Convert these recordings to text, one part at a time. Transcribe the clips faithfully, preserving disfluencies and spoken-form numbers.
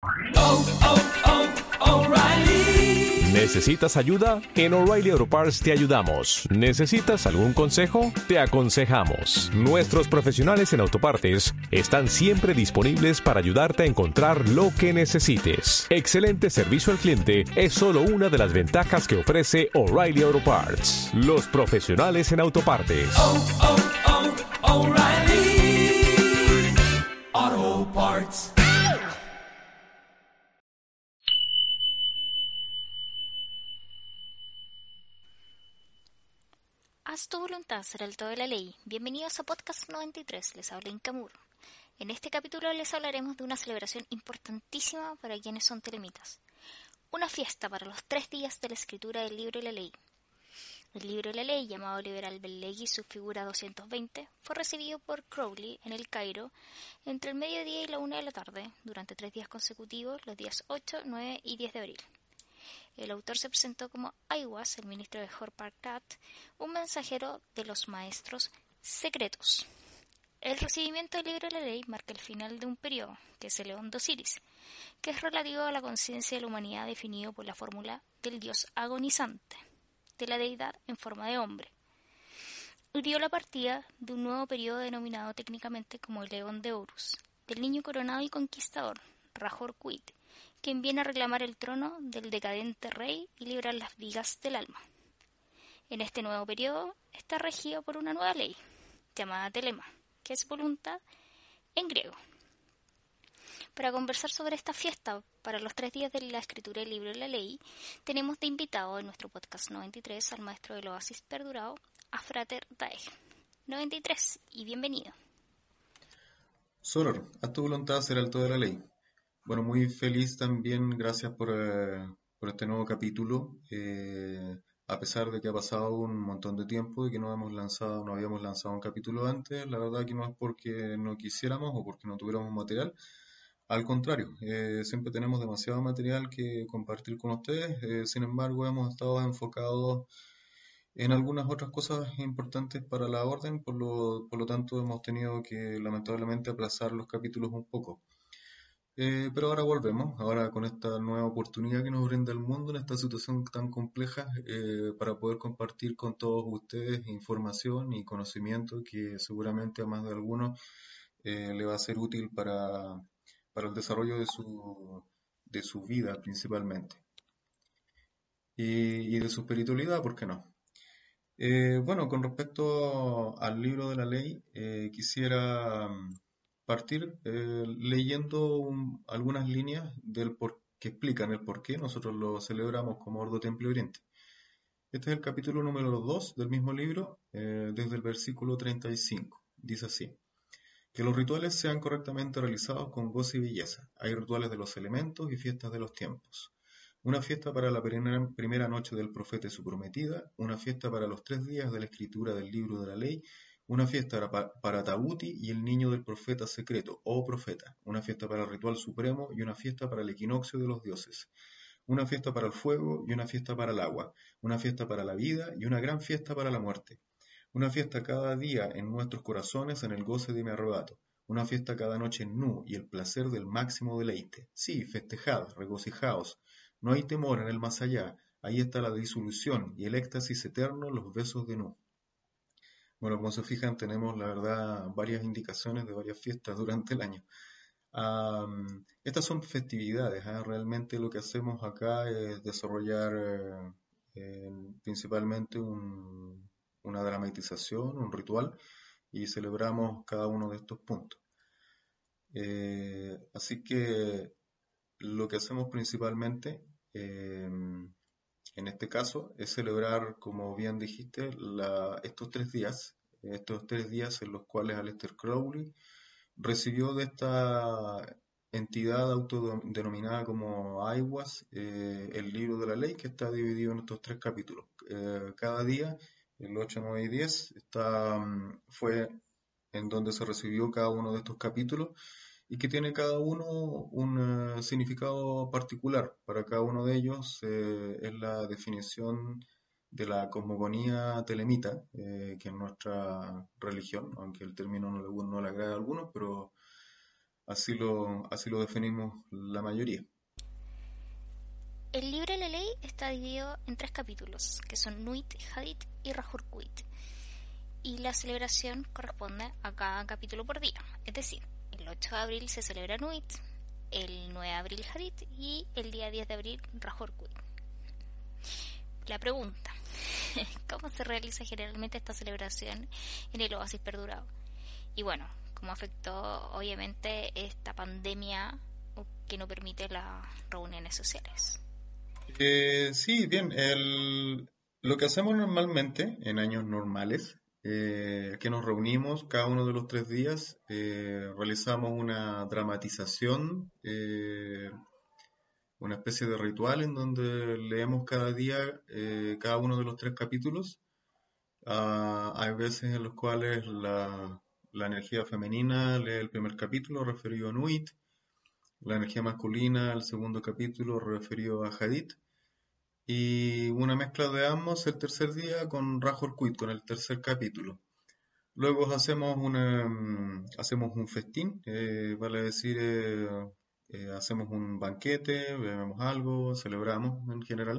oh, oh, O'Reilly. ¿Necesitas ayuda? En O'Reilly Auto Parts te ayudamos. ¿Necesitas algún consejo? Te aconsejamos. Nuestros profesionales en autopartes están siempre disponibles para ayudarte a encontrar lo que necesites. Excelente servicio al cliente es solo una de las ventajas que ofrece O'Reilly Auto Parts. Los profesionales en autopartes. Oh, oh, oh, O'Reilly Auto Parts. Haz tu voluntad, será el todo de la ley. Bienvenidos a Podcast noventa y tres, les habla Incamur. En este capítulo les hablaremos de una celebración importantísima para quienes son telemitas. Una fiesta para los tres días de la escritura del libro de la ley. El libro de la ley, llamado Liberal Belleghi, su figura doscientos veinte, fue recibido por Crowley en el Cairo entre el mediodía y la una de la tarde, durante tres días consecutivos, los días ocho, nueve y diez de abril. El autor se presentó como Aiwass, el ministro de Horpakhat, un mensajero de los maestros secretos. El recibimiento del libro de la ley marca el final de un periodo, que es el Eón de Osiris, que es relativo a la conciencia de la humanidad definido por la fórmula del dios agonizante, de la deidad en forma de hombre. Dio la partida de un nuevo periodo denominado técnicamente como el Eón de Horus, del niño coronado y conquistador, Rahor-Quit, quien viene a reclamar el trono del decadente rey y librar las vigas del alma. En este nuevo periodo está regido por una nueva ley, llamada telema, que es voluntad en griego. Para conversar sobre esta fiesta para los tres días de la escritura del libro de la ley, tenemos de invitado en nuestro podcast noventa y tres al maestro del oasis perdurado, a Frater Daeg. noventa y tres, y bienvenido. Soror, haz tu voluntad será el todo de la ley. Bueno, muy feliz también, gracias por, eh, por este nuevo capítulo. Eh, a pesar de que ha pasado un montón de tiempo y que no hemos lanzado, no habíamos lanzado un capítulo antes, la verdad que no es porque no quisiéramos o porque no tuviéramos material. Al contrario, eh, siempre tenemos demasiado material que compartir con ustedes. Eh, sin embargo, hemos estado enfocados en algunas otras cosas importantes para la orden, por lo, por lo tanto hemos tenido que lamentablemente aplazar los capítulos un poco. Eh, pero ahora volvemos, ahora con esta nueva oportunidad que nos brinda el mundo en esta situación tan compleja, eh, para poder compartir con todos ustedes información y conocimiento que seguramente a más de alguno eh, le va a ser útil para, para el desarrollo de su, de su vida principalmente y, y de su espiritualidad, ¿por qué no? Eh, bueno, con respecto al libro de la ley, eh, quisiera mm, partir eh, leyendo un- algunas líneas del por, que explican el por qué nosotros lo celebramos como Ordo Templo Oriente. Este es el capítulo número dos del mismo libro, eh, desde el versículo treinta y cinco. Dice así: que los rituales sean correctamente realizados con goce y belleza. Hay rituales de los elementos y fiestas de los tiempos. Una fiesta para la primera, primera noche del profeta y su prometida, una fiesta para los tres días de la escritura del libro de la ley, una fiesta para, para Tahuti y el niño del profeta secreto, o profeta, una fiesta para el ritual supremo y una fiesta para el equinoccio de los dioses, una fiesta para el fuego y una fiesta para el agua, una fiesta para la vida y una gran fiesta para la muerte. Una fiesta cada día en nuestros corazones en el goce de mi arrebato. Una fiesta cada noche en Nu y el placer del máximo deleite. Sí, festejad, regocijaos. No hay temor en el más allá. Ahí está la disolución y el éxtasis eterno, los besos de Nu. Bueno, como se fijan, tenemos la verdad varias indicaciones de varias fiestas durante el año. Am, estas son festividades, ¿eh? Realmente lo que hacemos acá es desarrollar eh, eh, principalmente un- una dramatización, un ritual, y celebramos cada uno de estos puntos. Eh, así que lo que hacemos principalmente, eh, en este caso, es celebrar, como bien dijiste, la- estos tres días, estos tres días en los cuales Aleister Crowley recibió de esta entidad autodenominada como Aiwass eh, el libro de la ley, que está dividido en estos tres capítulos. Eh, cada día, el ocho, nueve y diez, está, mm, fue en donde se recibió cada uno de estos capítulos y que tiene cada uno un eh, significado particular. Para cada uno de ellos eh, es la definición de la cosmogonía telemita, eh, que es nuestra religión, aunque el término no le, no le agrada a algunos, pero así lo, así lo definimos la mayoría. El libro de la ley está dividido en tres capítulos, que son Nuit, Hadith y Rahurkuit, y la celebración corresponde a cada capítulo por día. Es decir, el ocho de abril se celebra Nuit, el nueve de abril Hadith y el día diez de abril Rahurkuit. La pregunta, ¿cómo se realiza generalmente esta celebración en el oasis perdurado? Y bueno, ¿cómo afectó obviamente esta pandemia que no permite las reuniones sociales? Eh, sí, bien, el, lo que hacemos normalmente en años normales, eh, que nos reunimos cada uno de los tres días, eh, realizamos una dramatización, eh, una especie de ritual en donde leemos cada día eh, cada uno de los tres capítulos. Ah, hay veces en los cuales la, la energía femenina lee el primer capítulo referido a Nuit, la energía masculina el segundo capítulo referido a Hadith, y una mezcla de ambos el tercer día con Rajor Quit, con el tercer capítulo. Luego hacemos una, mm, hacemos un festín, eh, vale decir, eh, eh, hacemos un banquete, bebemos algo, celebramos en general.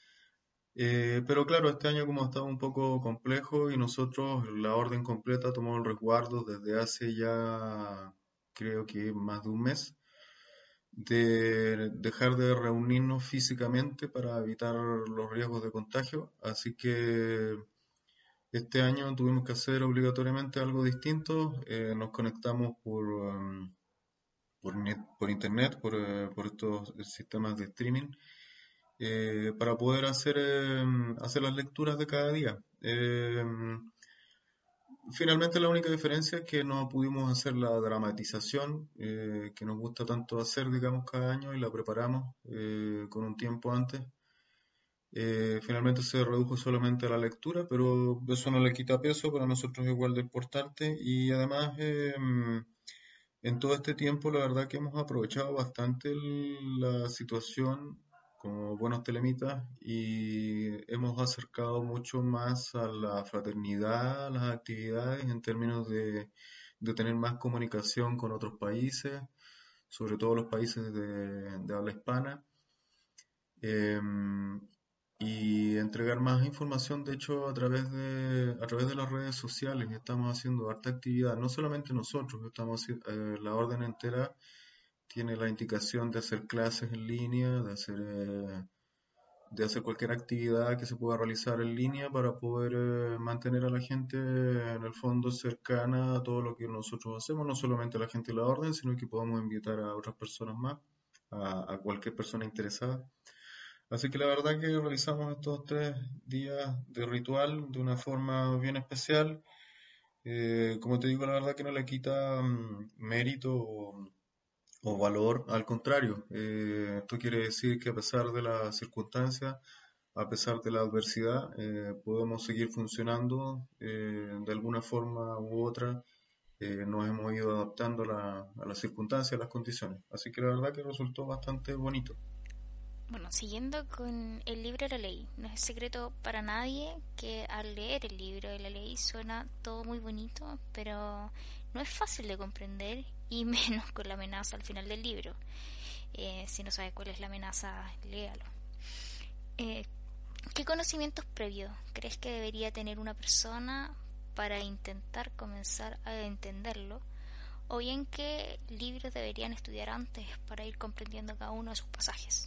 Eh, pero claro, este año como estaba un poco complejo y nosotros la orden completa tomó el resguardo desde hace ya creo que más de un mes de dejar de reunirnos físicamente para evitar los riesgos de contagio. Así que este año tuvimos que hacer obligatoriamente algo distinto. Eh, nos conectamos por, um, por, net- por internet, por, eh, por estos sistemas de streaming, eh, para poder hacer, em, hacer las lecturas de cada día. Em, Finalmente la única diferencia es que no pudimos hacer la dramatización eh, que nos gusta tanto hacer, digamos, cada año y la preparamos eh, con un tiempo antes. Eh, finalmente se redujo solamente a la lectura, pero eso no le quita peso, para nosotros es igual de importante y además eh, en todo este tiempo la verdad que hemos aprovechado bastante el- la situación como buenos telemitas y hemos acercado mucho más a la fraternidad, a las actividades en términos de, de tener más comunicación con otros países, sobre todo los países de, de habla hispana, em, y entregar más información, de hecho, a través de, a través de las redes sociales. Estamos haciendo harta actividad, no solamente nosotros, estamos, haci- eh, la orden entera tiene la indicación de hacer clases en línea, de hacer, eh, de hacer cualquier actividad que se pueda realizar en línea para poder eh, mantener a la gente en el fondo cercana a todo lo que nosotros hacemos, no solamente a la gente de la orden, sino que podamos invitar a otras personas más, a, a cualquier persona interesada. Así que la verdad que realizamos estos tres días de ritual de una forma bien especial. Eh, como te digo, la verdad que no le quita mm, mérito o, o valor, al contrario. Eh, esto quiere decir que a pesar de las circunstancias, a pesar de la adversidad, eh, podemos seguir funcionando eh, de alguna forma u otra. Eh, nos hemos ido adaptando a, la- a las circunstancias, a las condiciones. Así que la verdad que resultó bastante bonito. Bueno, siguiendo con el libro de la ley, no es secreto para nadie que al leer el libro de la ley suena todo muy bonito, pero no es fácil de comprender y menos con la amenaza al final del libro. Eh, si no sabes cuál es la amenaza, léalo. Eh, ¿Qué conocimientos previos crees que debería tener una persona para intentar comenzar a entenderlo? ¿O bien qué libros deberían estudiar antes para ir comprendiendo cada uno de sus pasajes?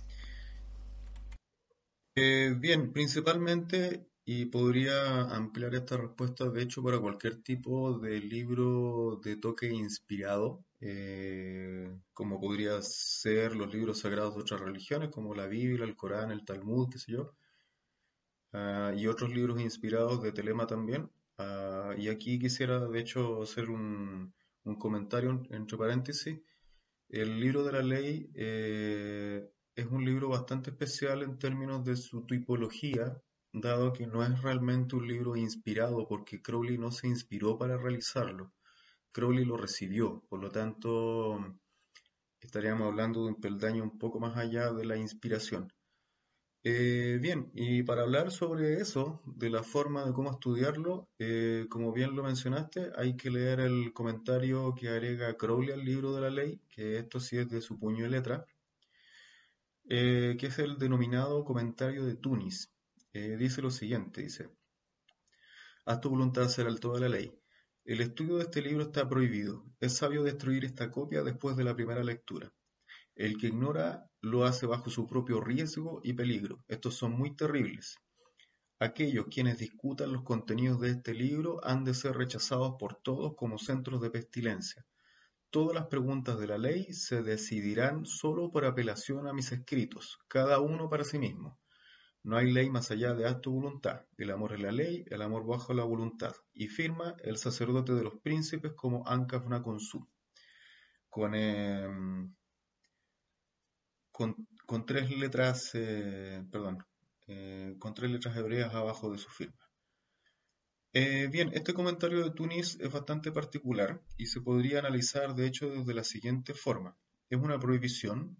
Eh, bien, principalmente, y podría ampliar esta respuesta, de hecho, para cualquier tipo de libro de toque inspirado, eh, como podría ser los libros sagrados de otras religiones, como la Biblia, el Corán, el Talmud, qué sé yo, ah, y otros libros inspirados de Telema también. Ah, y aquí quisiera, de hecho, hacer un, un comentario entre paréntesis. El libro de la ley eh, es un libro bastante especial en términos de su tipología, dado que no es realmente un libro inspirado, porque Crowley no se inspiró para realizarlo. Crowley lo recibió, por lo tanto estaríamos hablando de un peldaño un poco más allá de la inspiración. Eh, bien, y para hablar sobre eso, de la forma de cómo estudiarlo, eh, como bien lo mencionaste, hay que leer el comentario que agrega Crowley al libro de la ley, que esto sí es de su puño y letra, eh, que es el denominado comentario de Tunis. Eh, dice lo siguiente, dice, haz tu voluntad será el todo de la ley. El estudio de este libro está prohibido. Es sabio destruir esta copia después de la primera lectura. El que ignora lo hace bajo su propio riesgo y peligro. Estos son muy terribles. Aquellos quienes discutan los contenidos de este libro han de ser rechazados por todos como centros de pestilencia. Todas las preguntas de la ley se decidirán solo por apelación a mis escritos, cada uno para sí mismo. No hay ley más allá de haz tu voluntad. El amor es la ley, el amor bajo la voluntad. Y firma el sacerdote de los príncipes como Ankh-Afna Khonsu, con, eh, con, con tres letras, eh, perdón, eh, con tres letras hebreas abajo de su firma. Eh, bien, este comentario de Tunis es bastante particular y se podría analizar de hecho desde la siguiente forma. Es una prohibición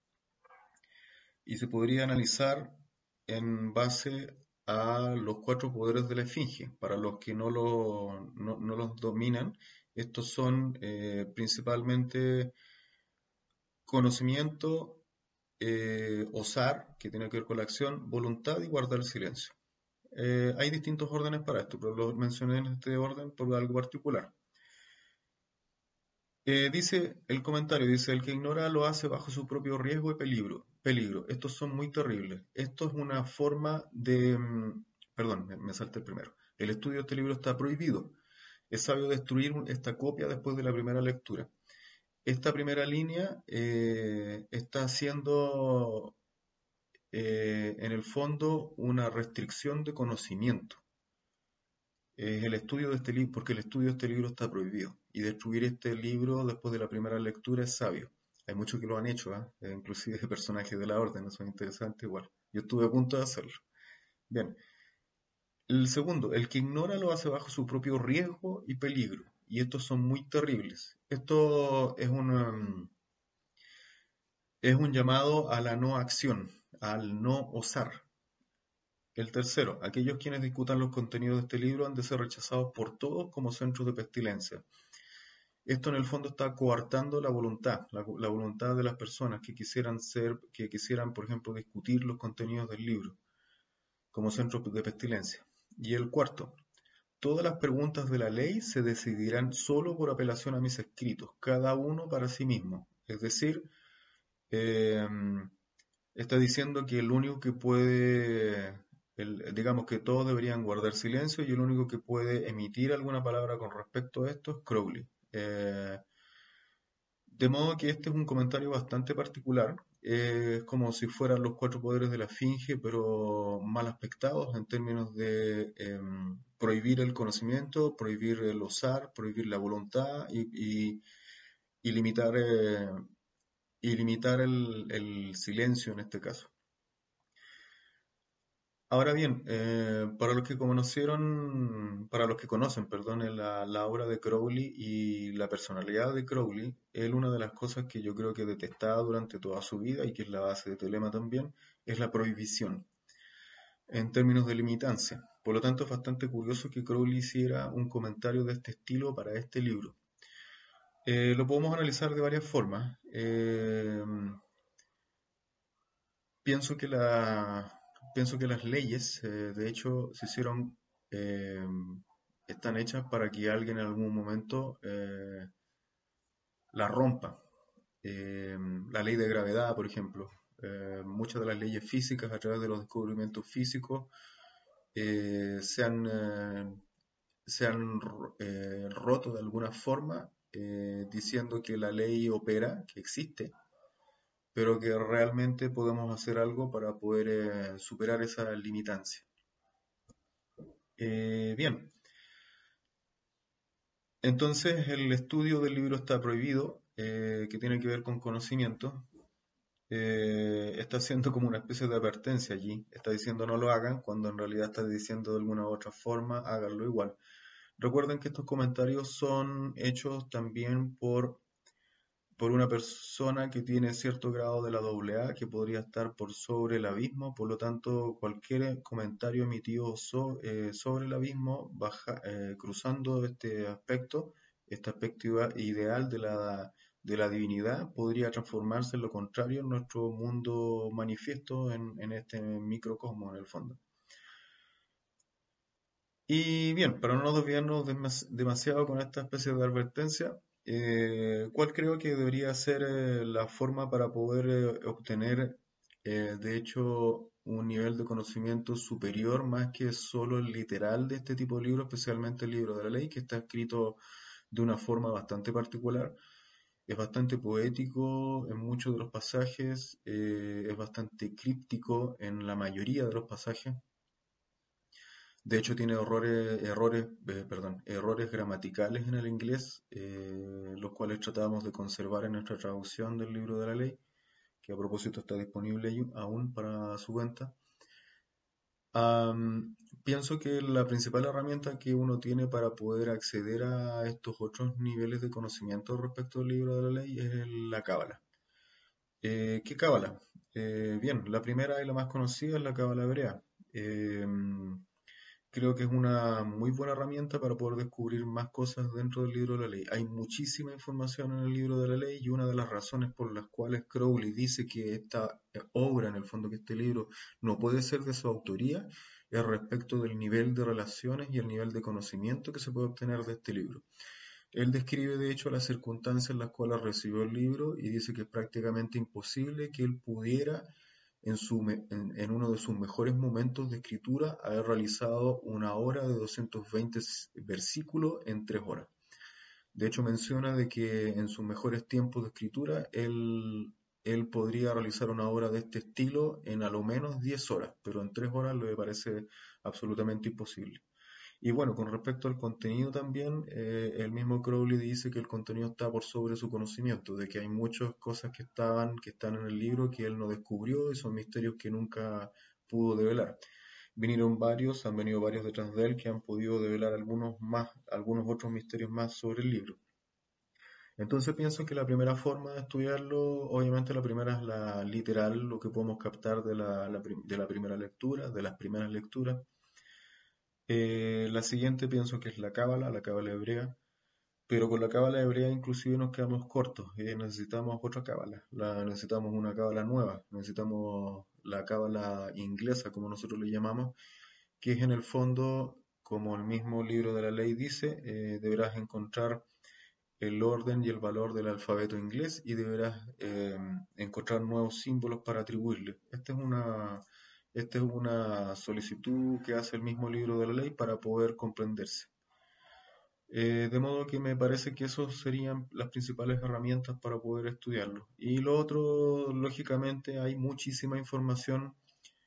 y se podría analizar en base a los cuatro poderes de la esfinge. Para los que no, lo, no, no los dominan, estos son eh, principalmente conocimiento, eh, osar, que tiene que ver con la acción, voluntad y guardar silencio. Eh, hay distintos órdenes para esto, pero lo mencioné en este orden por algo particular. Eh, dice el comentario, dice, el que ignora lo hace bajo su propio riesgo y peligro. Peligro. Estos son muy terribles. Esto es una forma de... mm, Perdón, me, me salté el primero. El estudio de este libro está prohibido. Es sabio destruir un- esta copia después de la primera lectura. Esta primera línea eh, está haciendo eh, en el fondo una restricción de conocimiento. Es el estudio de este libro, porque el estudio de este libro está prohibido. Y destruir este libro después de la primera lectura es sabio. Hay muchos que lo han hecho, ¿eh? Eh, inclusive personajes de la orden, eso es interesante igual. Yo estuve a punto de hacerlo. Bien, el segundo, el que ignora lo hace bajo su propio riesgo y peligro. Y estos son muy terribles. Esto es un, um, es un llamado a la no acción, al no osar. El tercero, aquellos quienes discutan los contenidos de este libro han de ser rechazados por todos como centros de pestilencia. Esto en el fondo está coartando la voluntad, la, la voluntad de las personas que quisieran ser, que quisieran, por ejemplo, discutir los contenidos del libro como centros de pestilencia. Y el cuarto, todas las preguntas de la ley se decidirán solo por apelación a mis escritos, cada uno para sí mismo. Es decir, eh, está diciendo que el único que puede, el- digamos que todos deberían guardar silencio y el único que puede emitir alguna palabra con respecto a esto es Crowley. Eh, de modo que este es un comentario bastante particular. Eh, es como si fueran los cuatro poderes de la Esfinge, pero mal aspectados en términos de em, prohibir el conocimiento, prohibir el osar, prohibir la voluntad y, y- y limitar, eh, y limitar el el silencio en este caso. Ahora bien, eh, para los que conocieron, para los que conocen, perdón, la, la obra de Crowley y la personalidad de Crowley, él una de las cosas que yo creo que detestaba durante toda su vida y que es la base de Telema también, es la prohibición en términos de limitancia. Por lo tanto, es bastante curioso que Crowley hiciera un comentario de este estilo para este libro. Eh, lo podemos analizar de varias formas. Eh, Pienso que la, pienso que las leyes, eh, de hecho, se hicieron, eh, están hechas para que alguien en algún momento eh, la rompa. Eh, la ley de gravedad, por ejemplo. Eh, muchas de las leyes físicas, a través de los descubrimientos físicos, eh, se han, eh, se han ro- eh, roto de alguna forma, eh, diciendo que la ley opera, que existe, pero que realmente podemos hacer algo para poder eh, superar esa limitancia. Eh, bien, entonces el estudio del libro está prohibido, eh, que tiene que ver con conocimiento. Eh, está haciendo como una especie de advertencia allí. Está diciendo no lo hagan, cuando en realidad está diciendo de alguna u otra forma háganlo igual. Recuerden que estos comentarios son hechos también por por una persona que tiene cierto grado de la doble A, que podría estar por sobre el abismo. Por lo tanto, cualquier comentario emitido so- eh, sobre el abismo, baja, eh, cruzando este aspecto, este aspecto ida- ideal de la, de la divinidad, podría transformarse en lo contrario en nuestro mundo manifiesto, en, en este microcosmos en el fondo. Y bien, para no nos desviarnos demas- demasiado con esta especie de advertencia, eh, ¿cuál creo que debería ser eh, la forma para poder eh, obtener, eh, de hecho, un nivel de conocimiento superior más que solo el literal de este tipo de libros, especialmente el libro de la ley, que está escrito de una forma bastante particular? Es bastante poético en muchos de los pasajes, eh, es bastante críptico en la mayoría de los pasajes. De hecho, tiene errores, errores, eh, perdón, errores gramaticales en el inglés, eh, los cuales tratamos de conservar en nuestra traducción del libro de la ley, que a propósito está disponible ahí aún para su venta. Am, pienso que la principal herramienta que uno tiene para poder acceder a estos otros niveles de conocimiento respecto al libro de la ley es el- la cábala. Eh, ¿qué cábala? Eh, bien, la primera y la más conocida es la cábala hebrea. Em, Creo que es una muy buena herramienta para poder descubrir más cosas dentro del libro de la ley. Hay muchísima información en el libro de la ley y una de las razones por las cuales Crowley dice que esta eh, obra, en el fondo que este libro no puede ser de su autoría, es respecto del nivel de relaciones y el nivel de conocimiento que se puede obtener de este libro. Él describe de hecho las circunstancias en las cuales recibió el libro y dice que es prácticamente imposible que él pudiera en, su, en, en uno de sus mejores momentos de escritura haber realizado una hora de doscientos veinte versículos en tres horas. De hecho menciona de que en sus mejores tiempos de escritura él, él podría realizar una obra de este estilo en a lo menos diez horas, pero en tres horas le parece absolutamente imposible. Y bueno, con respecto al contenido también, eh, el mismo Crowley dice que el contenido está por sobre su conocimiento, de que hay muchas cosas que estaban, que están en el libro que él no descubrió y son misterios que nunca pudo develar. Vinieron varios, han venido varios detrás de él que han podido develar algunos más, algunos otros misterios más sobre el libro. Entonces pienso que la primera forma de estudiarlo, obviamente la primera es la literal, lo que podemos captar de la, la prim- de la primera lectura, de las primeras lecturas. Eh, la siguiente pienso que es la cábala, la cábala hebrea, pero con la cábala hebrea inclusive nos quedamos cortos, eh, necesitamos otra cábala, la, necesitamos una cábala nueva, necesitamos la cábala inglesa, como nosotros le llamamos, que es en el fondo, como el mismo libro de la ley dice, eh, deberás encontrar el orden y el valor del alfabeto inglés y deberás eh, encontrar nuevos símbolos para atribuirle. Esta es una, esta es una solicitud que hace el mismo libro de la ley para poder comprenderse. Eh, de modo que me parece que esas serían las principales herramientas para poder estudiarlo. Y lo otro, lógicamente, hay muchísima información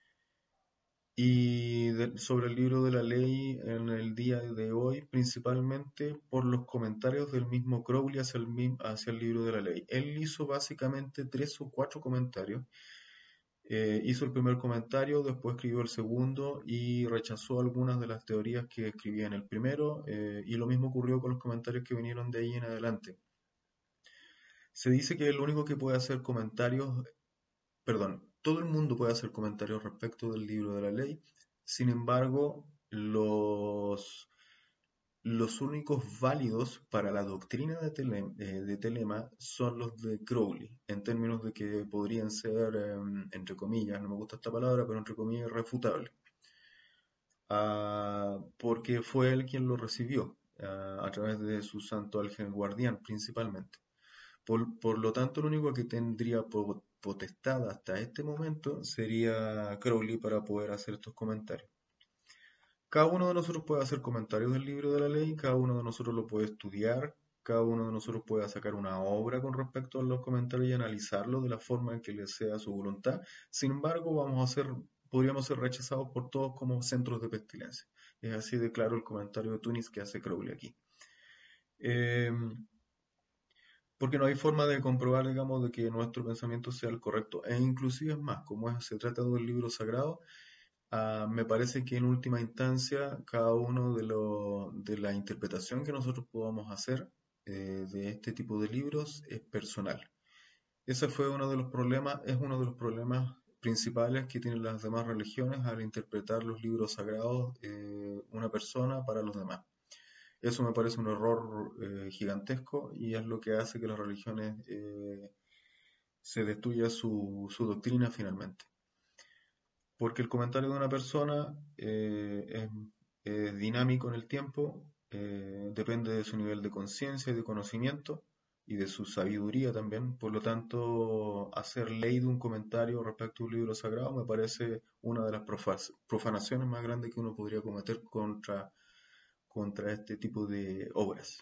y de- sobre el libro de la ley en el día de hoy, principalmente por los comentarios del mismo Crowley hacia el, mi- hacia el libro de la ley. Él hizo básicamente tres o cuatro comentarios. Eh, hizo el primer comentario, después escribió el segundo y rechazó algunas de las teorías que escribía en el primero, eh, y lo mismo ocurrió con los comentarios que vinieron de ahí en adelante. Se dice que el único que puede hacer comentarios, perdón, todo el mundo puede hacer comentarios respecto del libro de la ley. Sin embargo, los, los únicos válidos para la doctrina de, Tele- eh, de Telema son los de Crowley, en términos de que podrían ser, em, entre comillas, no me gusta esta palabra, pero entre comillas, irrefutables. Ah, porque fue él quien lo recibió, ah, a través de su santo ángel guardián, principalmente. Por, por lo tanto, lo único que tendría po- potestad hasta este momento sería Crowley para poder hacer estos comentarios. Cada uno de nosotros puede hacer comentarios del libro de la ley, cada uno de nosotros lo puede estudiar, cada uno de nosotros puede sacar una obra con respecto a los comentarios y analizarlo de la forma en que le sea su voluntad. Sin embargo, vamos a ser, podríamos ser rechazados por todos como centros de pestilencia. Es así de claro el comentario de Tunis que hace Crowley aquí. Eh, Porque no hay forma de comprobar, digamos, de que nuestro pensamiento sea el correcto. E inclusive es más, como es- se trata de un libro sagrado, ah, me parece que en última instancia cada uno de, lo, de la interpretación que nosotros podamos hacer eh, de este tipo de libros es personal. Ese fue uno de los problemas, es uno de los problemas principales que tienen las demás religiones al interpretar los libros sagrados eh, una persona para los demás. Eso me parece un error eh, gigantesco y es lo que hace que las religiones eh, se destruya su, su doctrina finalmente. Porque el comentario de una persona eh, es, es dinámico en el tiempo, eh, depende de su nivel de conciencia y de conocimiento y de su sabiduría también. Por lo tanto, hacer ley de un comentario respecto a un libro sagrado me parece una de las profanaciones más grandes que uno podría cometer contra, contra este tipo de obras.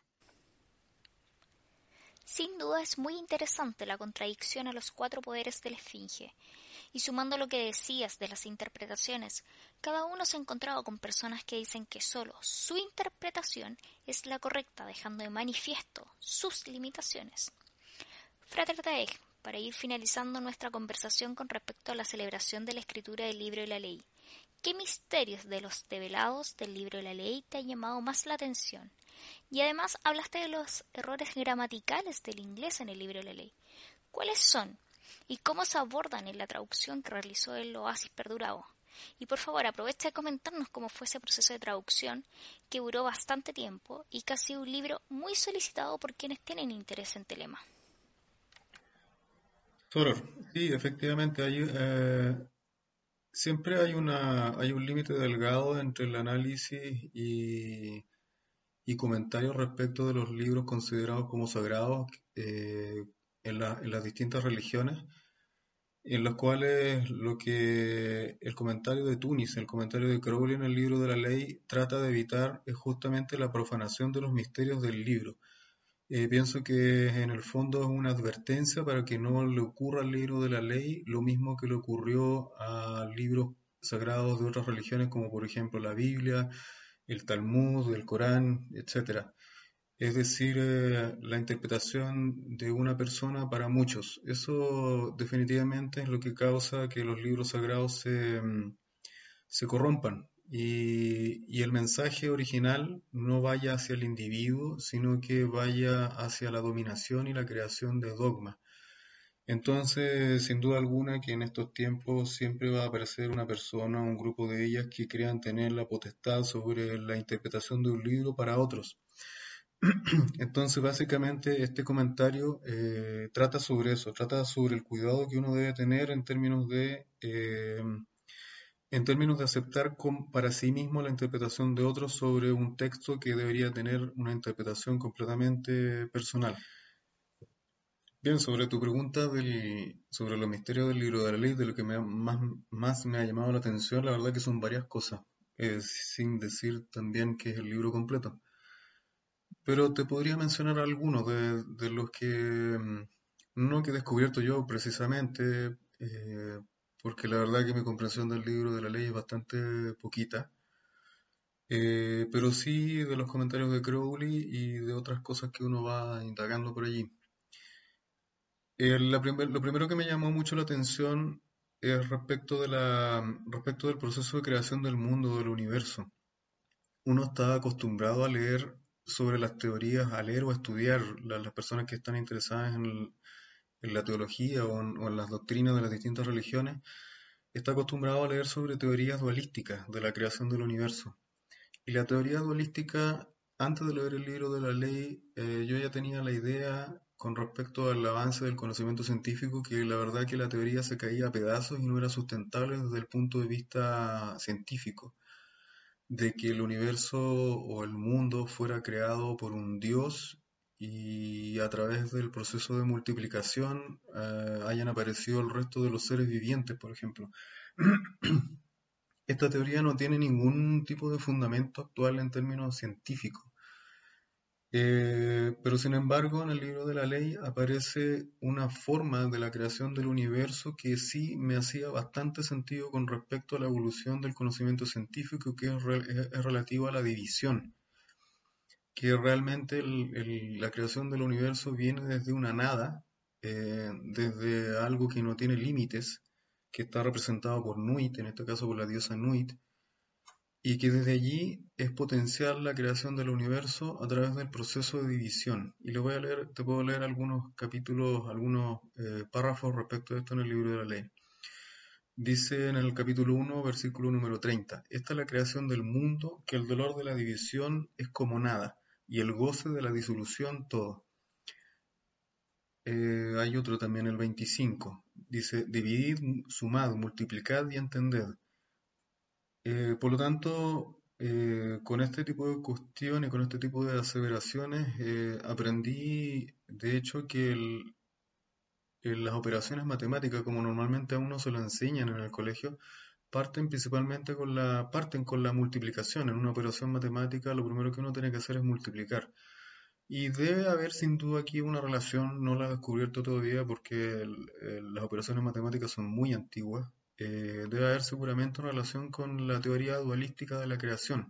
Sin duda es muy interesante la contradicción a los cuatro poderes de la Esfinge. Y sumando lo que decías de las interpretaciones, cada uno se ha encontrado con personas que dicen que solo su interpretación es la correcta, dejando de manifiesto sus limitaciones. Frater Taeg, para ir finalizando nuestra conversación con respecto a la celebración de la escritura del libro de la ley, ¿qué misterios de los develados del libro de la ley te han llamado más la atención? Y además hablaste de los errores gramaticales del inglés en el libro de la ley. ¿Cuáles son? ¿Y cómo se abordan en la traducción que realizó el Oasis Perdurado? Y por favor, aprovecha de comentarnos cómo fue ese proceso de traducción que duró bastante tiempo y que ha sido un libro muy solicitado por quienes tienen interés en Telema. Soror, sí, efectivamente, hay, eh, siempre hay, una, hay un límite delgado entre el análisis y, y comentarios respecto de los libros considerados como sagrados eh, en, la, en las distintas religiones, en los cuales lo que el comentario de Tunis, el comentario de Crowley en el libro de la ley trata de evitar es justamente la profanación de los misterios del libro. Eh, pienso que en el fondo es una advertencia para que no le ocurra al libro de la ley lo mismo que le ocurrió a libros sagrados de otras religiones como por ejemplo la Biblia, el Talmud, el Corán, etcétera. Es decir, eh, la interpretación de una persona para muchos. Eso definitivamente es lo que causa que los libros sagrados se, mm, se corrompan y, y el mensaje original no vaya hacia el individuo, sino que vaya hacia la dominación y la creación de dogmas. Entonces, sin duda alguna que en estos tiempos siempre va a aparecer una persona, un grupo de ellas que crean tener la potestad sobre la interpretación de un libro para otros. Entonces, básicamente, este comentario eh, trata sobre eso, trata sobre el cuidado que uno debe tener en términos de, eh, en términos de aceptar con, para sí mismo la interpretación de otros sobre un texto que debería tener una interpretación completamente personal. Bien, sobre tu pregunta del, sobre los misterios del libro de la ley, de lo que me ha- más, más me ha llamado la atención, la verdad que son varias cosas, eh, sin decir también que es el libro completo. Pero te podría mencionar algunos de, de los que mm, no que he descubierto yo precisamente, eh, porque la verdad que mi comprensión del libro de la ley es bastante poquita, eh, pero sí de los comentarios de Crowley y de otras cosas que uno va indagando por allí. Eh, la primer- lo primero que me llamó mucho la atención es respecto de la, respecto del proceso de creación del mundo, del universo. Uno está acostumbrado a leer sobre las teorías, a leer o a estudiar, la- las personas que están interesadas en, el- en la teología o en, o en las doctrinas de las distintas religiones, está acostumbrado a leer sobre teorías dualísticas de la creación del universo. Y la teoría dualística, antes de leer el libro de la ley, eh, yo ya tenía la idea con respecto al avance del conocimiento científico, que la verdad que la teoría se caía a pedazos y no era sustentable desde el punto de vista científico, de que el universo o el mundo fuera creado por un Dios y a través del proceso de multiplicación eh, hayan aparecido el resto de los seres vivientes, por ejemplo. Esta teoría no tiene ningún tipo de fundamento actual en términos científicos. Eh, pero sin embargo, en el libro de la ley aparece una forma de la creación del universo que sí me hacía bastante sentido con respecto a la evolución del conocimiento científico, que es, re- es- es relativo a la división, que realmente el- el- la creación del universo viene desde una nada, eh, desde algo que no tiene límites, que está representado por Nuit, en este caso por la diosa Nuit, y que desde allí es potenciar la creación del universo a través del proceso de división. Y le voy a leer, te puedo leer algunos capítulos, algunos eh, párrafos respecto a esto en el libro de la ley. Dice en el capítulo uno, versículo número treinta, esta es la creación del mundo, que el dolor de la división es como nada, y el goce de la disolución todo. Eh, hay otro también, el veinticinco, dice, dividid, sumad, multiplicad y entended. Eh, por lo tanto, eh, con este tipo de cuestiones, con este tipo de aseveraciones, eh, aprendí, de hecho, que el- el- las operaciones matemáticas, como normalmente a uno se lo enseñan en el colegio, parten principalmente con la, parten con la multiplicación. En una operación matemática, lo primero que uno tiene que hacer es multiplicar. Y debe haber sin duda aquí una relación, no la he descubierto todavía porque el- el- las operaciones matemáticas son muy antiguas. Eh, debe haber seguramente una relación con la teoría dualística de la creación.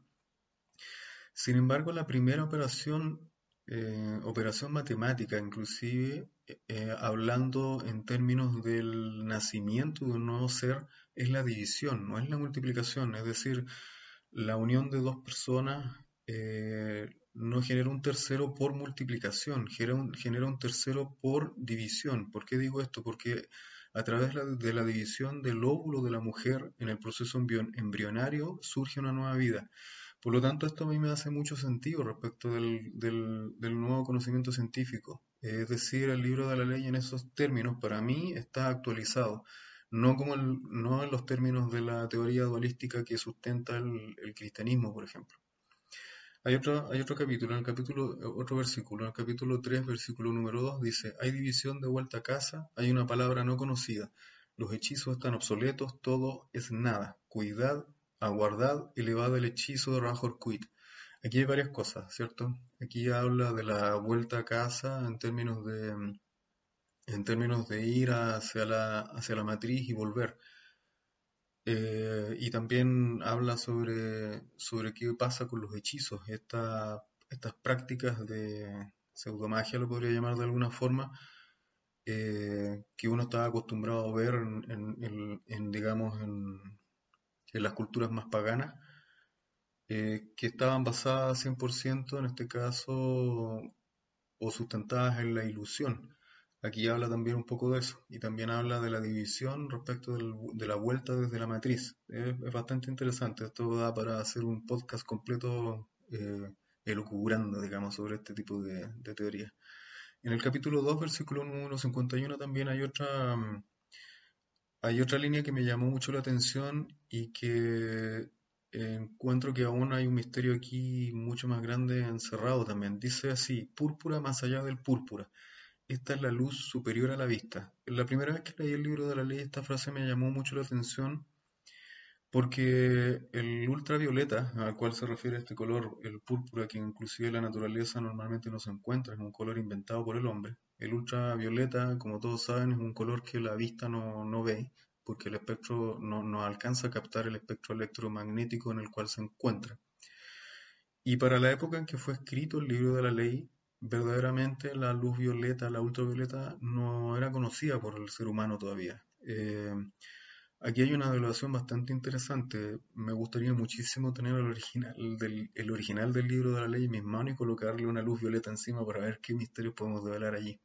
Sin embargo, la primera operación, eh, operación matemática, inclusive eh, eh, hablando en términos del nacimiento de un nuevo ser, es la división, no es la multiplicación. Es decir, la unión de dos personas eh, no genera un tercero por multiplicación, genera un, genera un tercero por división. ¿Por qué digo esto? Porque a través de la, de la división del óvulo de la mujer en el proceso embrion- embrionario surge una nueva vida. Por lo tanto, esto a mí me hace mucho sentido respecto del, del- del nuevo conocimiento científico. Es decir, el libro de la ley en esos términos para mí está actualizado, no como el- no en los términos de la teoría dualística que sustenta el, el cristianismo, por ejemplo. Hay otro, hay otro capítulo, en el capítulo, otro versículo, en el capítulo tres, versículo número dos, dice, hay división de vuelta a casa, hay una palabra no conocida, los hechizos están obsoletos, todo es nada, cuidad, aguardad, elevad el hechizo de Rajor Quid. Aquí hay varias cosas, ¿cierto? Aquí habla de la vuelta a casa en términos de, en términos de ir hacia la, hacia la matriz y volver. Eh, y también habla sobre, sobre qué pasa con los hechizos, esta- estas prácticas de pseudomagia, lo podría llamar de alguna forma, eh, que uno estaba acostumbrado a ver en, en- en- en, digamos, en, en las culturas más paganas, eh, que estaban basadas cien por ciento en este caso o sustentadas en la ilusión. Aquí habla también un poco de eso y también habla de la división respecto del- de la vuelta desde la matriz. Es, es bastante interesante. Esto da para hacer un podcast completo eh, elucubrando, digamos, sobre este tipo de, de teorías. En el capítulo dos, versículo uno cincuenta y uno también hay otra, mm, hay otra línea que me llamó mucho la atención y que eh, encuentro que aún hay un misterio aquí mucho más grande encerrado también. Dice así, púrpura más allá del púrpura. Esta es la luz superior a la vista. La primera vez que leí el libro de la ley, esta frase me llamó mucho la atención porque el ultravioleta, al cual se refiere este color, el púrpura, que inclusive en la naturaleza normalmente no se encuentra, es un color inventado por el hombre. El ultravioleta, como todos saben, es un color que la vista no, no ve, porque el espectro no, no alcanza a captar el espectro electromagnético en el cual se encuentra. Y para la época en que fue escrito el libro de la ley, verdaderamente la luz violeta, la ultravioleta, no era conocida por el ser humano todavía. Eh, aquí hay una evaluación bastante interesante. Me gustaría muchísimo tener el original del, el original del libro de la ley en mis manos y colocarle una luz violeta encima para ver qué misterios podemos develar allí.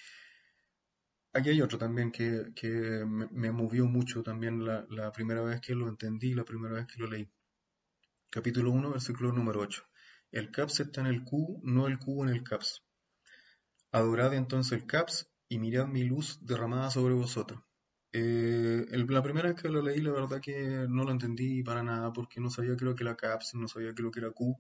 Aquí hay otro también que, que me, me movió mucho también la, la primera vez que lo entendí, la primera vez que lo leí. Capítulo uno, versículo número ocho. El CAPS está en el Q, no el Q en el CAPS. Adorad entonces el CAPS y mirad mi luz derramada sobre vosotros. Eh, el- la primera vez que lo leí, la verdad que no lo entendí para nada, porque no sabía creo que era CAPS, no sabía creo que era Q.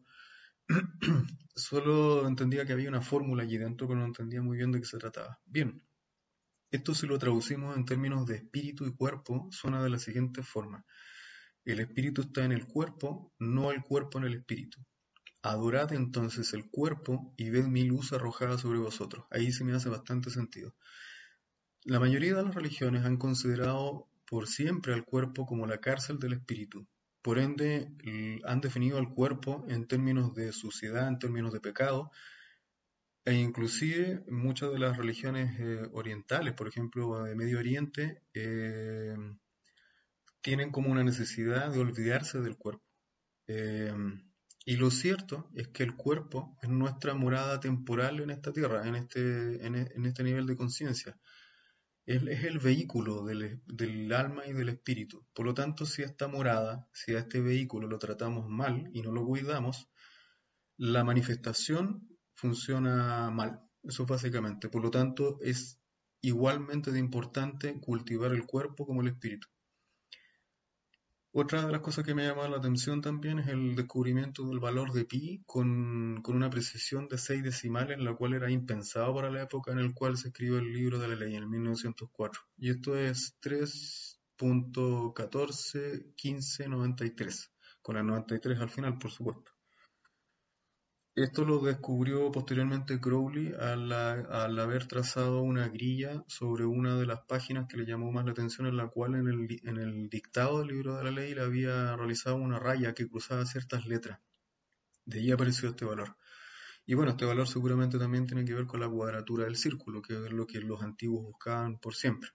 Solo entendía que había una fórmula allí dentro, pero no entendía muy bien de qué se trataba. Bien, esto si lo traducimos en términos de espíritu y cuerpo, suena de la siguiente forma. El espíritu está en el cuerpo, no el cuerpo en el espíritu. Adorad entonces el cuerpo y ved mi luz arrojada sobre vosotros. Ahí se me hace bastante sentido. La mayoría de las religiones han considerado por siempre al cuerpo como la cárcel del espíritu. Por ende, l- han definido al cuerpo en términos de suciedad, en términos de pecado, e inclusive muchas de las religiones eh, orientales, por ejemplo, de Medio Oriente, eh, tienen como una necesidad de olvidarse del cuerpo. Eh, y lo cierto es que el cuerpo es nuestra morada temporal en esta tierra, en este, en, e- en este nivel de conciencia. Él es el vehículo del, del alma y del espíritu. Por lo tanto, si esta morada, si a este vehículo lo tratamos mal y no lo cuidamos, la manifestación funciona mal. Eso básicamente. Por lo tanto, es igualmente de importante cultivar el cuerpo como el espíritu. Otra de las cosas que me ha llamado la atención también es el descubrimiento del valor de pi con, con una precisión de seis decimales, la cual era impensado para la época en la cual se escribió el libro de la ley, en mil novecientos cuatro. Y esto es tres punto catorce quince noventa y tres, con el noventa y tres al final, por supuesto. Esto lo descubrió posteriormente Crowley al, al haber trazado una grilla sobre una de las páginas que le llamó más la atención, en la cual en el, en el dictado del libro de la ley le había realizado una raya que cruzaba ciertas letras. De ahí apareció este valor. Y bueno, este valor seguramente también tiene que ver con la cuadratura del círculo, que es lo que los antiguos buscaban por siempre.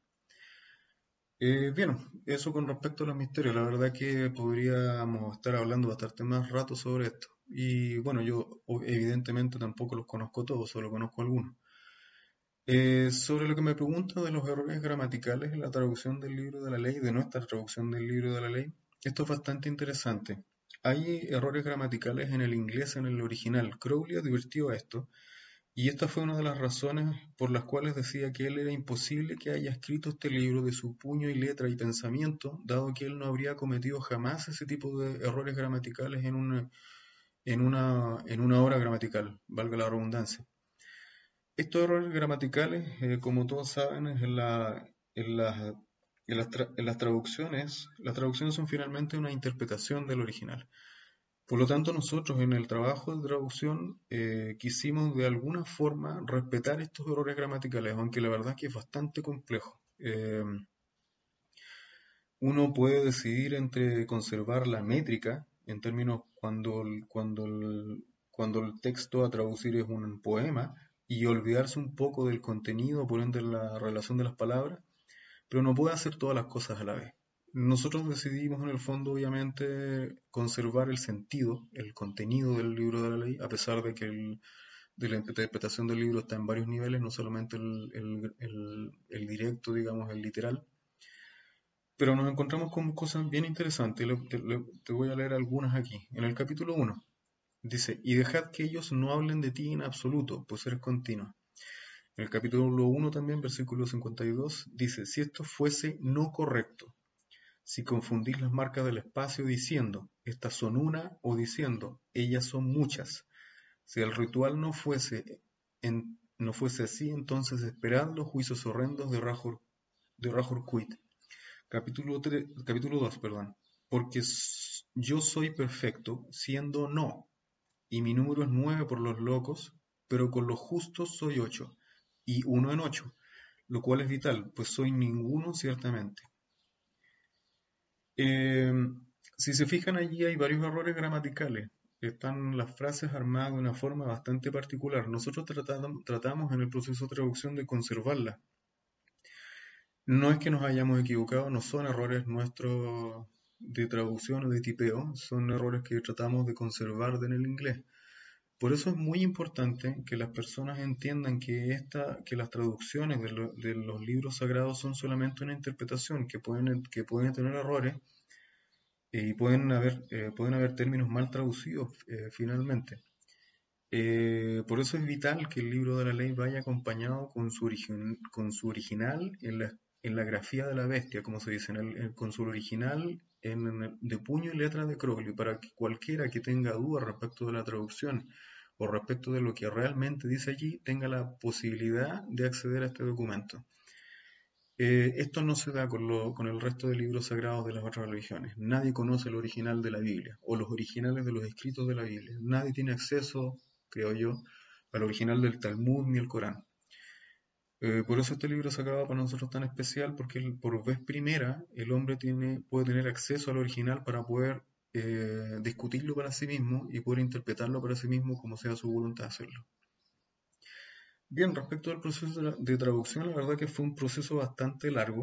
Eh, bien, eso con respecto a los misterios. La verdad que podríamos estar hablando bastante más rato sobre esto. Y bueno, yo o- evidentemente tampoco los conozco todos, solo conozco algunos. Eh, sobre lo que me pregunta de los errores gramaticales en la traducción del libro de la ley, de nuestra traducción del libro de la ley, esto es bastante interesante. Hay errores gramaticales en el inglés, en el original. Crowley advirtió esto, y esta fue una de las razones por las cuales decía que él era imposible que haya escrito este libro de su puño y letra y pensamiento, dado que él no habría cometido jamás ese tipo de errores gramaticales en una, en una, en una obra gramatical, valga la redundancia. Estos errores gramaticales, eh, como todos saben, es en, la, en, las, en, las tra- en las traducciones, las traducciones son finalmente una interpretación del original. Por lo tanto, nosotros en el trabajo de traducción eh, quisimos de alguna forma respetar estos errores gramaticales, aunque la verdad es que es bastante complejo. Eh, uno puede decidir entre conservar la métrica, en términos cuando el, cuando el, cuando el texto a traducir es un poema, y olvidarse un poco del contenido, por ende la relación de las palabras, pero no puede hacer todas las cosas a la vez. Nosotros decidimos en el fondo, obviamente, conservar el sentido, el contenido del libro de la ley, a pesar de que el, de la interpretación del libro está en varios niveles, no solamente el, el, el, el directo, digamos, el literal. Pero nos encontramos con cosas bien interesantes. Le- Te, le- te voy a leer algunas aquí. En el capítulo uno dice, y dejad que ellos no hablen de ti en absoluto, pues eres continuo. En el capítulo uno también, versículo cincuenta y dos, dice, si esto fuese no correcto, si confundís las marcas del espacio diciendo, estas son una, o diciendo, ellas son muchas. Si el ritual no fuese, en- no fuese así, entonces esperad los juicios horrendos de Rajor, de Rajor Kuit. Capítulo tres, capítulo dos, perdón. Porque s- yo soy perfecto, siendo no, y mi número es nueve por los locos, pero con los justos soy ocho, y uno en ocho, lo cual es vital, pues soy ninguno ciertamente. Eh, si se fijan allí hay varios errores gramaticales. Están las frases armadas de una forma bastante particular. Nosotros tratamos, tratamos en el proceso de traducción de conservarlas. No es que nos hayamos equivocado, no son errores nuestros de traducción o de tipeo, son errores que tratamos de conservar en el inglés. Por eso es muy importante que las personas entiendan que, esta, que las traducciones de, lo- de los libros sagrados son solamente una interpretación, que pueden, que pueden tener errores y pueden haber, eh, pueden haber términos mal traducidos eh, finalmente. Eh, por eso es vital que el libro de la ley vaya acompañado con su, origin- con su original en la, en la grafía de la bestia, como se dice, en el- en- con su original en, en el- de puño y letra de Crowley, para que cualquiera que tenga dudas respecto de la traducción o respecto de lo que realmente dice allí, tenga la posibilidad de acceder a este documento. Eh, esto no se da con, lo- con el resto de libros sagrados de las otras religiones. Nadie conoce el original de la Biblia o los originales de los escritos de la Biblia. Nadie tiene acceso, creo yo, al original del Talmud ni el Corán. Eh, por eso este libro sagrado para nosotros es tan especial, porque el- por vez primera el hombre tiene, puede tener acceso al original para poder eh, discutirlo para sí mismo y poder interpretarlo para sí mismo como sea su voluntad hacerlo. Bien, respecto al proceso de, la- de traducción, la verdad que fue un proceso bastante largo.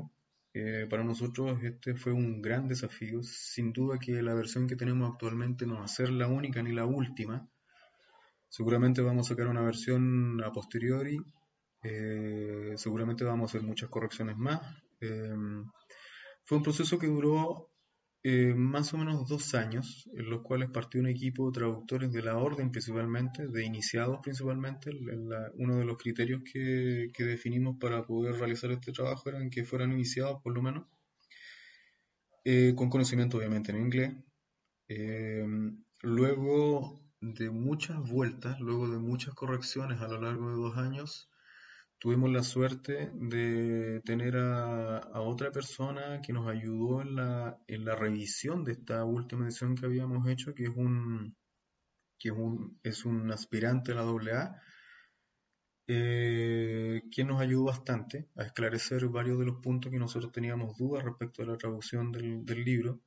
Eh, para nosotros este fue un gran desafío. Sin duda que la versión que tenemos actualmente no va a ser la única ni la última. Seguramente vamos a sacar una versión a posteriori. Eh, seguramente vamos a hacer muchas correcciones más. Eh, fue un proceso que duró eh, más o menos dos años, en los cuales partió un equipo de traductores de la orden principalmente, de iniciados principalmente. La- uno de los criterios que, que definimos para poder realizar este trabajo eran que fueran iniciados por lo menos, eh, con conocimiento obviamente en inglés. Eh, Luego de muchas vueltas, luego de muchas correcciones a lo largo de dos años, tuvimos la suerte de tener a, a otra persona que nos ayudó en la, en la revisión de esta última edición que habíamos hecho, que es un, que es un, es un aspirante a la doble A, eh, quien nos ayudó bastante a esclarecer varios de los puntos que nosotros teníamos dudas respecto a la traducción del, del libro.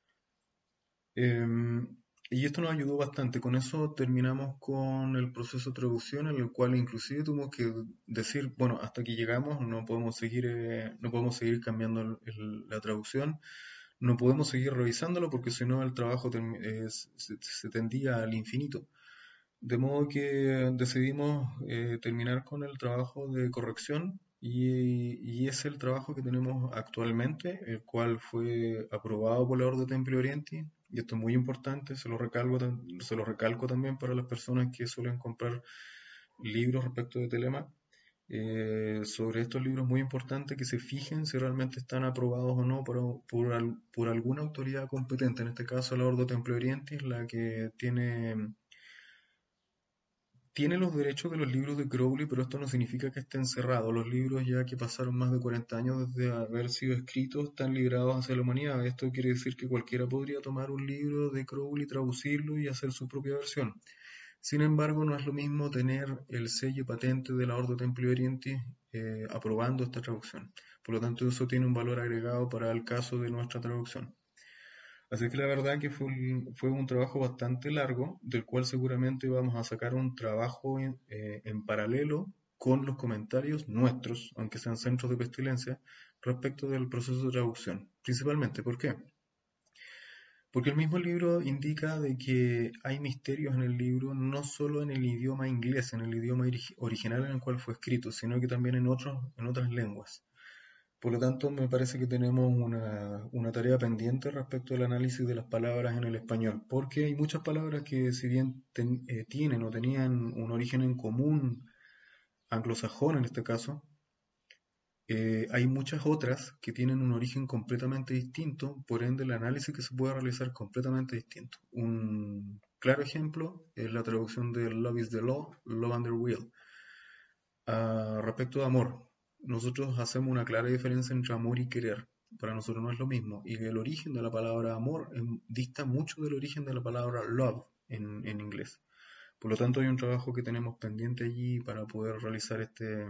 Em, y esto nos ayudó bastante. Con eso terminamos con el proceso de traducción, en el cual inclusive tuvimos que decir, bueno, hasta aquí llegamos, no podemos seguir, eh, no podemos seguir cambiando el- el- la traducción, no podemos seguir revisándolo porque si no el trabajo termi- eh, se, se tendía al infinito. De modo que decidimos eh, terminar con el trabajo de corrección y, y es el trabajo que tenemos actualmente, el cual fue aprobado por la Orde Templi Orientis, y esto es muy importante, se lo recalco, tam- se lo recalco también para las personas que suelen comprar libros respecto de Telema. Eh, sobre estos libros es muy importante que se fijen si realmente están aprobados o no por, por, al- por alguna autoridad competente, en este caso la Orde Templi Orientis, la que tiene tiene los derechos de los libros de Crowley, pero esto no significa que estén cerrados. Los libros ya que pasaron más de cuarenta años desde haber sido escritos están librados hacia la humanidad. Esto quiere decir que cualquiera podría tomar un libro de Crowley, traducirlo y hacer su propia versión. Sin embargo, no es lo mismo tener el sello patente de la Ordo Templi Orientis eh, aprobando esta traducción. Por lo tanto, eso tiene un valor agregado para el caso de nuestra traducción. Así que la verdad que fue un, fue un trabajo bastante largo, del cual seguramente vamos a sacar un trabajo en, eh, en paralelo con los comentarios nuestros, aunque sean centros de pestilencia, respecto del proceso de traducción. Principalmente, ¿por qué? Porque el mismo libro indica de que hay misterios en el libro, no solo en el idioma inglés, en el idioma ori- original en el cual fue escrito, sino que también en otros, en otras lenguas. Por lo tanto, me parece que tenemos una, una tarea pendiente respecto al análisis de las palabras en el español, porque hay muchas palabras que si bien ten- eh, tienen o tenían un origen en común, anglosajón en este caso, eh, hay muchas otras que tienen un origen completamente distinto, por ende el análisis que se puede realizar completamente distinto. Un claro ejemplo es la traducción de Love is the Law, Love under Will. Ah, respecto de amor, nosotros hacemos una clara diferencia entre amor y querer. Para nosotros no es lo mismo. Y el origen de la palabra amor em, dista mucho del origen de la palabra love en, en inglés. Por lo tanto, hay un trabajo que tenemos pendiente allí para poder realizar este,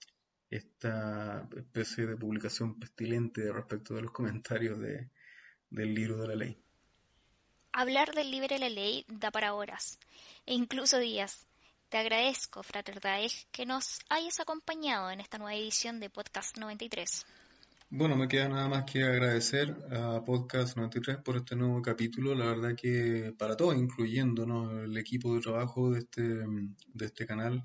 esta especie de publicación pestilente respecto de los comentarios de, del libro de la ley. Hablar del libro de la ley da para horas, e incluso días. Te agradezco, Frater Daeg, que nos hayas acompañado en esta nueva edición de Podcast noventa y tres. Bueno, me queda nada más que agradecer a Podcast noventa y tres por este nuevo capítulo. La verdad que para todos, incluyéndonos el equipo de trabajo de este, de este canal,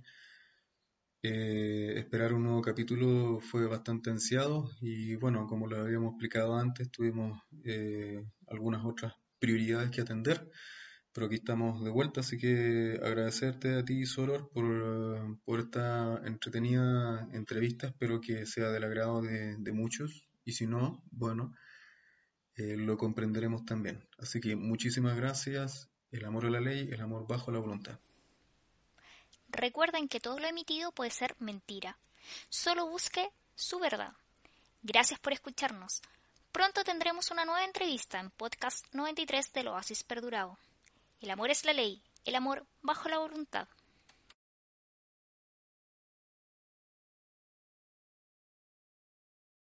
eh, esperar un nuevo capítulo fue bastante ansiado y bueno, como lo habíamos explicado antes, tuvimos eh, algunas otras prioridades que atender, pero aquí estamos de vuelta, así que agradecerte a ti, Soror, por, eh, por esta entretenida entrevista. Espero que sea del agrado de, de muchos y si no, bueno, eh, lo comprenderemos también. Así que muchísimas gracias. El amor a la ley, el amor bajo la voluntad. Recuerden que todo lo emitido puede ser mentira. Solo busque su verdad. Gracias por escucharnos. Pronto tendremos una nueva entrevista en Podcast noventa y tres del Oasis Perdurado. El amor es la ley, el amor bajo la voluntad.